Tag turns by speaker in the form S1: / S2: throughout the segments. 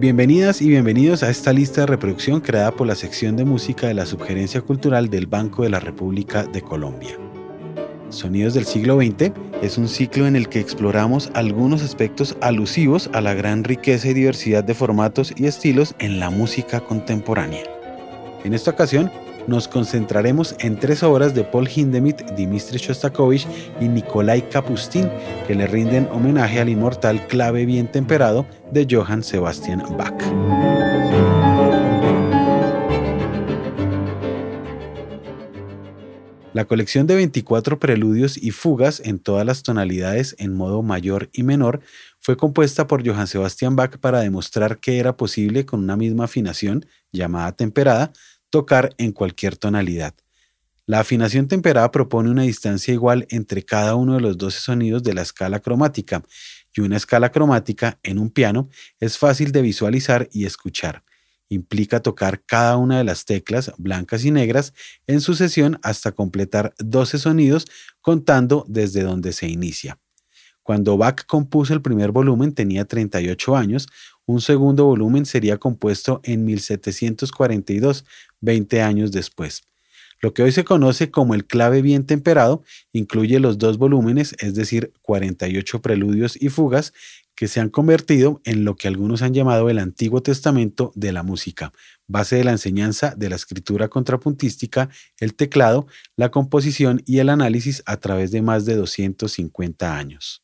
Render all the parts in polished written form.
S1: Bienvenidas y bienvenidos a esta lista de reproducción creada por la sección de música de la Subgerencia Cultural del Banco de la República de Colombia. Sonidos del siglo XX es un ciclo en el que exploramos algunos aspectos alusivos a la gran riqueza y diversidad de formatos y estilos en la música contemporánea. En esta ocasión, nos concentraremos en 3 obras de Paul Hindemith, Dmitri Shostakovich y Nikolai Kapustin, que le rinden homenaje al inmortal clave bien temperado de Johann Sebastian Bach. La colección de 24 preludios y fugas en todas las tonalidades en modo mayor y menor fue compuesta por Johann Sebastian Bach para demostrar que era posible con una misma afinación, llamada temperada, tocar en cualquier tonalidad. La afinación temperada propone una distancia igual entre cada uno de los 12 sonidos de la escala cromática, y una escala cromática en un piano es fácil de visualizar y escuchar. Implica tocar cada una de las teclas blancas y negras en sucesión hasta completar 12 sonidos contando desde donde se inicia. Cuando Bach compuso el primer volumen tenía 38 años, un segundo volumen sería compuesto en 1742, 20 años después. Lo que hoy se conoce como el clave bien temperado incluye los 2 volúmenes, es decir, 48 preludios y fugas, que se han convertido en lo que algunos han llamado el Antiguo Testamento de la música, base de la enseñanza de la escritura contrapuntística, el teclado, la composición y el análisis a través de más de 250 años.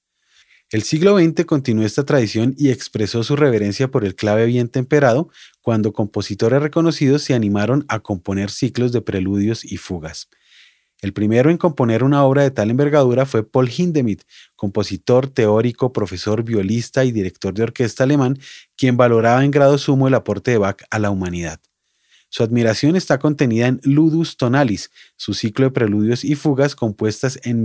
S1: El siglo XX continuó esta tradición y expresó su reverencia por el clave bien temperado cuando compositores reconocidos se animaron a componer ciclos de preludios y fugas. El primero en componer una obra de tal envergadura fue Paul Hindemith, compositor, teórico, profesor, violista y director de orquesta alemán, quien valoraba en grado sumo el aporte de Bach a la humanidad. Su admiración está contenida en Ludus Tonalis, su ciclo de preludios y fugas compuestas en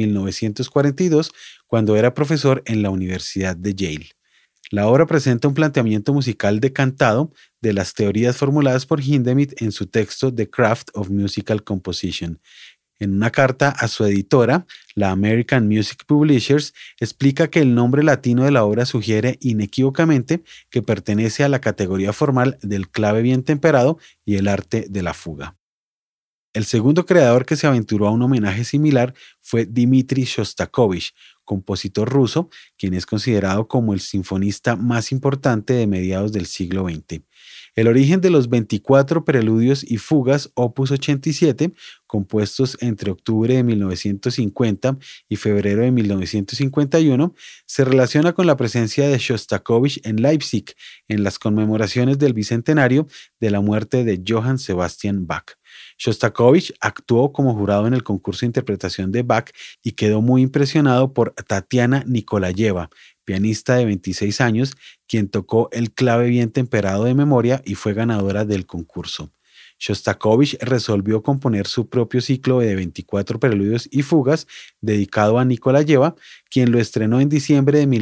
S1: 1942, cuando era profesor en la Universidad de Yale. La obra presenta un planteamiento musical decantado de las teorías formuladas por Hindemith en su texto The Craft of Musical Composition. En una carta a su editora, la American Music Publishers, explica que el nombre latino de la obra sugiere inequívocamente que pertenece a la categoría formal del clave bien temperado y el arte de la fuga. El segundo creador que se aventuró a un homenaje similar fue Dmitri Shostakovich, compositor ruso, quien es considerado como el sinfonista más importante de mediados del siglo XX. El origen de los 24 preludios y fugas Opus 87, compuestos entre octubre de 1950 y febrero de 1951, se relaciona con la presencia de Shostakovich en Leipzig en las conmemoraciones del bicentenario de la muerte de Johann Sebastian Bach. Shostakovich actuó como jurado en el concurso de interpretación de Bach y quedó muy impresionado por Tatiana Nikolayeva, pianista de 26 años, quien tocó el clave bien temperado de memoria y fue ganadora del concurso. Shostakovich resolvió componer su propio ciclo de 24 preludios y fugas dedicado a Nikolayeva, quien lo estrenó en diciembre de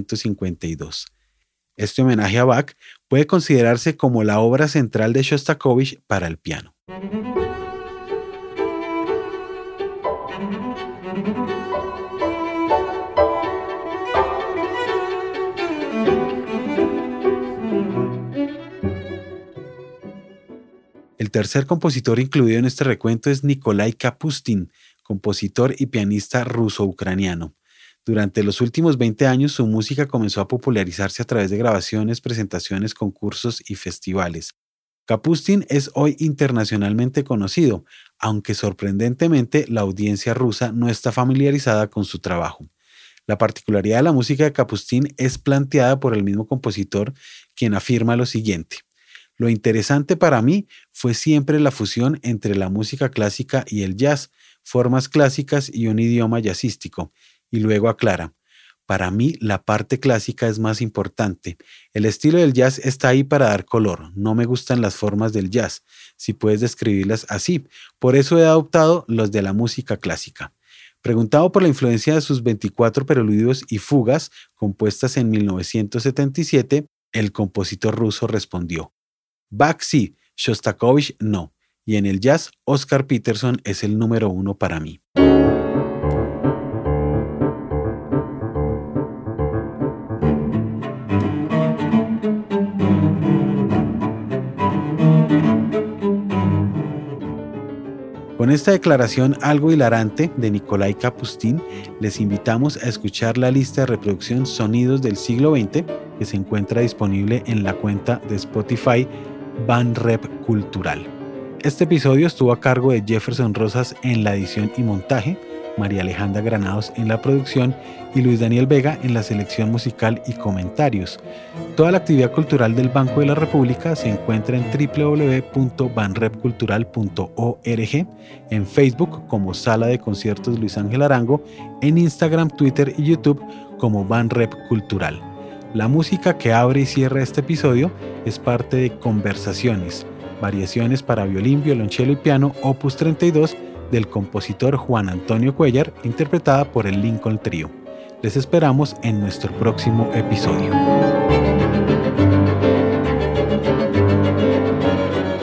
S1: 1952. Este homenaje a Bach puede considerarse como la obra central de Shostakovich para el piano. El tercer compositor incluido en este recuento es Nikolai Kapustin, compositor y pianista ruso-ucraniano. Durante los últimos 20 años, su música comenzó a popularizarse a través de grabaciones, presentaciones, concursos y festivales. Kapustin es hoy internacionalmente conocido, aunque sorprendentemente la audiencia rusa no está familiarizada con su trabajo. La particularidad de la música de Kapustin es planteada por el mismo compositor, quien afirma lo siguiente: lo interesante para mí fue siempre la fusión entre la música clásica y el jazz, formas clásicas y un idioma jazzístico. Y luego aclara: para mí la parte clásica es más importante. El estilo del jazz está ahí para dar color. No me gustan las formas del jazz, si puedes describirlas así. Por eso he adoptado los de la música clásica. Preguntado por la influencia de sus 24 preludios y fugas compuestas en 1977, el compositor ruso respondió: Bach sí, Shostakovich no. Y en el jazz, Oscar Peterson es el número 1 para mí. Con esta declaración algo hilarante de Nikolai Kapustin, les invitamos a escuchar la lista de reproducción Sonidos del siglo XX, que se encuentra disponible en la cuenta de Spotify Banrep Cultural. Este episodio estuvo a cargo de Jefferson Rosas en la edición y montaje, María Alejandra Granados en la producción y Luis Daniel Vega en la selección musical y comentarios. Toda la actividad cultural del Banco de la República se encuentra en www.banrepcultural.org, en Facebook como Sala de Conciertos Luis Ángel Arango, en Instagram, Twitter y YouTube como Banrep Cultural. La música que abre y cierra este episodio es parte de Conversaciones, variaciones para violín, violonchelo y piano, opus 32, del compositor Juan Antonio Cuellar, interpretada por el Lincoln Trio. Les esperamos en nuestro próximo episodio.